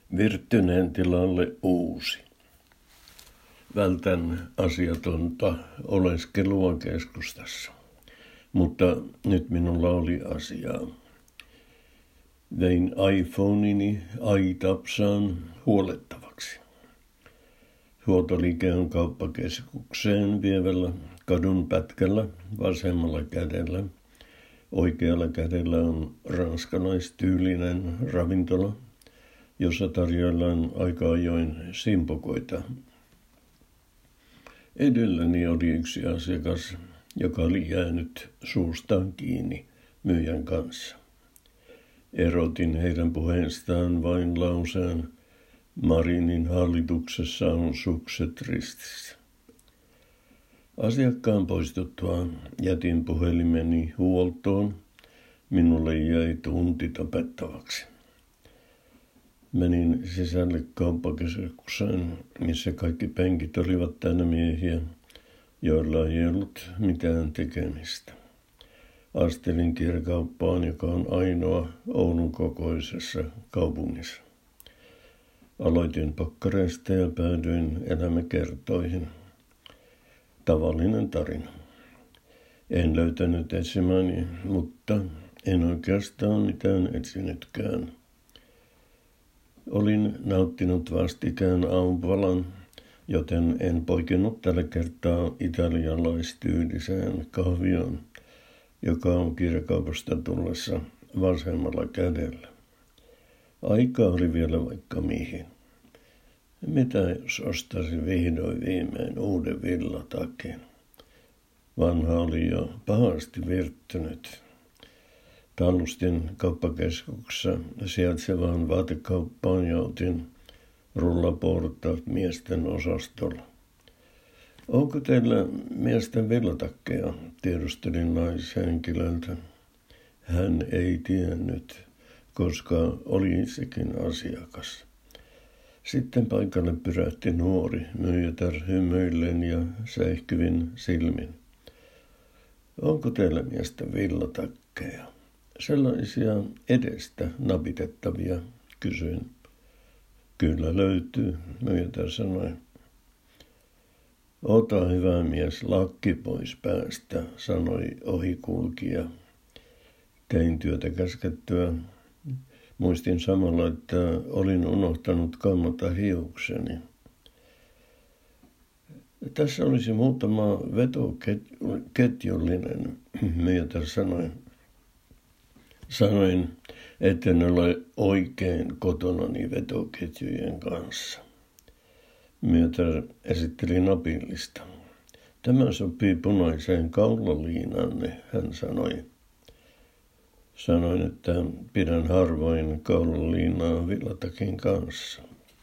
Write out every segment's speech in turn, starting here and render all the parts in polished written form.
Virttyneen tilalle uusi. Vältän asiatonta oleskelua keskustassa, mutta nyt minulla oli asiaa. Vein iPhoneini iTapsaan huolettavaksi. Huoltoliike on kauppakeskukseen vievällä kadun pätkällä vasemmalla kädellä. Oikealla kädellä on ranskalaistyylinen ravintola, jossa tarjoillaan aika ajoin simpukoita. Edelläni oli yksi asiakas, joka oli jäänyt suustaan kiinni myyjän kanssa. Erotin heidän puheestaan vain lauseen, Marinin hallituksessa on sukset ristissä. Asiakkaan poistuttua jätin puhelimeni huoltoon. Minulle jäi tunti tapettavaksi. Menin sisälle kauppakeskukseen, missä kaikki penkit olivat täynnä miehiä, joilla ei ollut mitään tekemistä. Astelin kirjakauppaan, joka on ainoa Oulun kokoisessa kaupungissa. Aloitin pakkareista ja päädyin elämäkertoihin. Tavallinen tarina. En löytänyt etsimäni, mutta en oikeastaan mitään etsinytkään. Olin nauttinut vastikään aamupalan, joten en poikennut tällä kertaa italialaistyyliseen kahvioon, joka on kirjakaupasta tullessa vasemmalla kädellä. Aika oli vielä vaikka mihin. Mitä jos ostaisin vihdoin viimein uuden villatakin? Vanha oli jo pahasti virttynyt. Tallustin kauppakeskuksessa sijaitsevaan vaatekauppaan ja otin rullaportaat miesten osastolla. Onko teillä miesten villatakkeja? Tiedustelin naishenkilöltä. Hän ei tiennyt, koska oli itsekin asiakas. Sitten paikalle pyrähti nuori myyjätär hymyillen ja säihkyvin silmin. Onko teillä miesten villatakkeja? Sellaisia edestä napitettavia, kysyin. Kyllä löytyy, myyjätär sanoi. Ota hyvä mies lakki pois päästä, sanoi ohikulkija. Tein työtä käskettyä. Muistin samalla, että olin unohtanut kammata hiukseni. Tässä olisi muutama vetoketjullinen, myyjätär sanoi. Sanoin, etten ole oikein kotonani vetoketjujen kanssa. Myyjätär esitteli napillista. Tämä sopii punaiseen kaulaliinanne, hän sanoi. Sanoin, että pidän harvoin kaulaliinaa villatakin kanssa.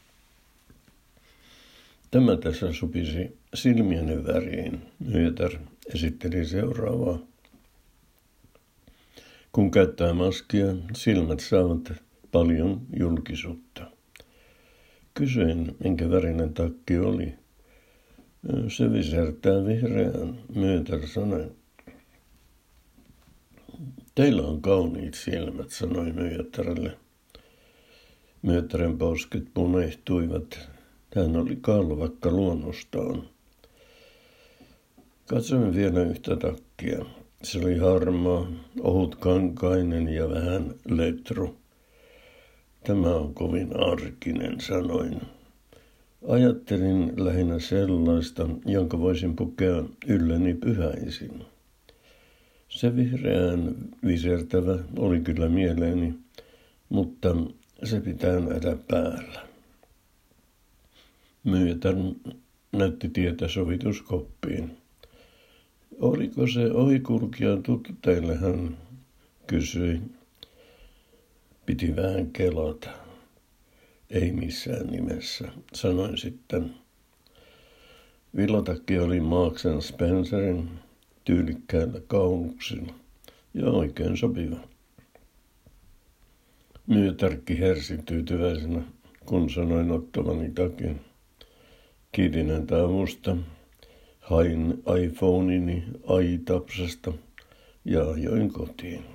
Tämä tässä sopisi silmienne väriin, myyjätär esitteli seuraavaa. Kun käyttää maskia, silmät saavat paljon julkisuutta. Kysyin, minkä värinen takki oli. Se visertää vihreään, myyjätär sanoi. Teillä on kauniit silmät, sanoi myyjättärelle. Myyjättären posket punehtuivat. Hän oli kalvakka luonnostaan. Katsoin vielä yhtä takkia. Se oli harmaa, ohutkankainen ja vähän letru. Tämä on kovin arkinen, sanoin. Ajattelin lähinnä sellaista, jonka voisin pukea ylleni pyhäisin. Se vihreään visertävä oli kyllä mieleeni, mutta se pitää nähdä päällä. Myyjätär näytti tietä sovituskoppiin. Oliko se ohikulkija tuttu teille, hän kysyi. Piti vähän kelata. Ei missään nimessä, sanoin sitten. Villatakki oli Marks & Spencerin tyylikkäillä kaunuksilla ja oikein sopiva. Myyjätärkki hersi tyytyväisenä, kun sanoin ottavani takin. Kiitin häntä avusta. Hain iPhoneini iTapsasta ja ajoin kotiin.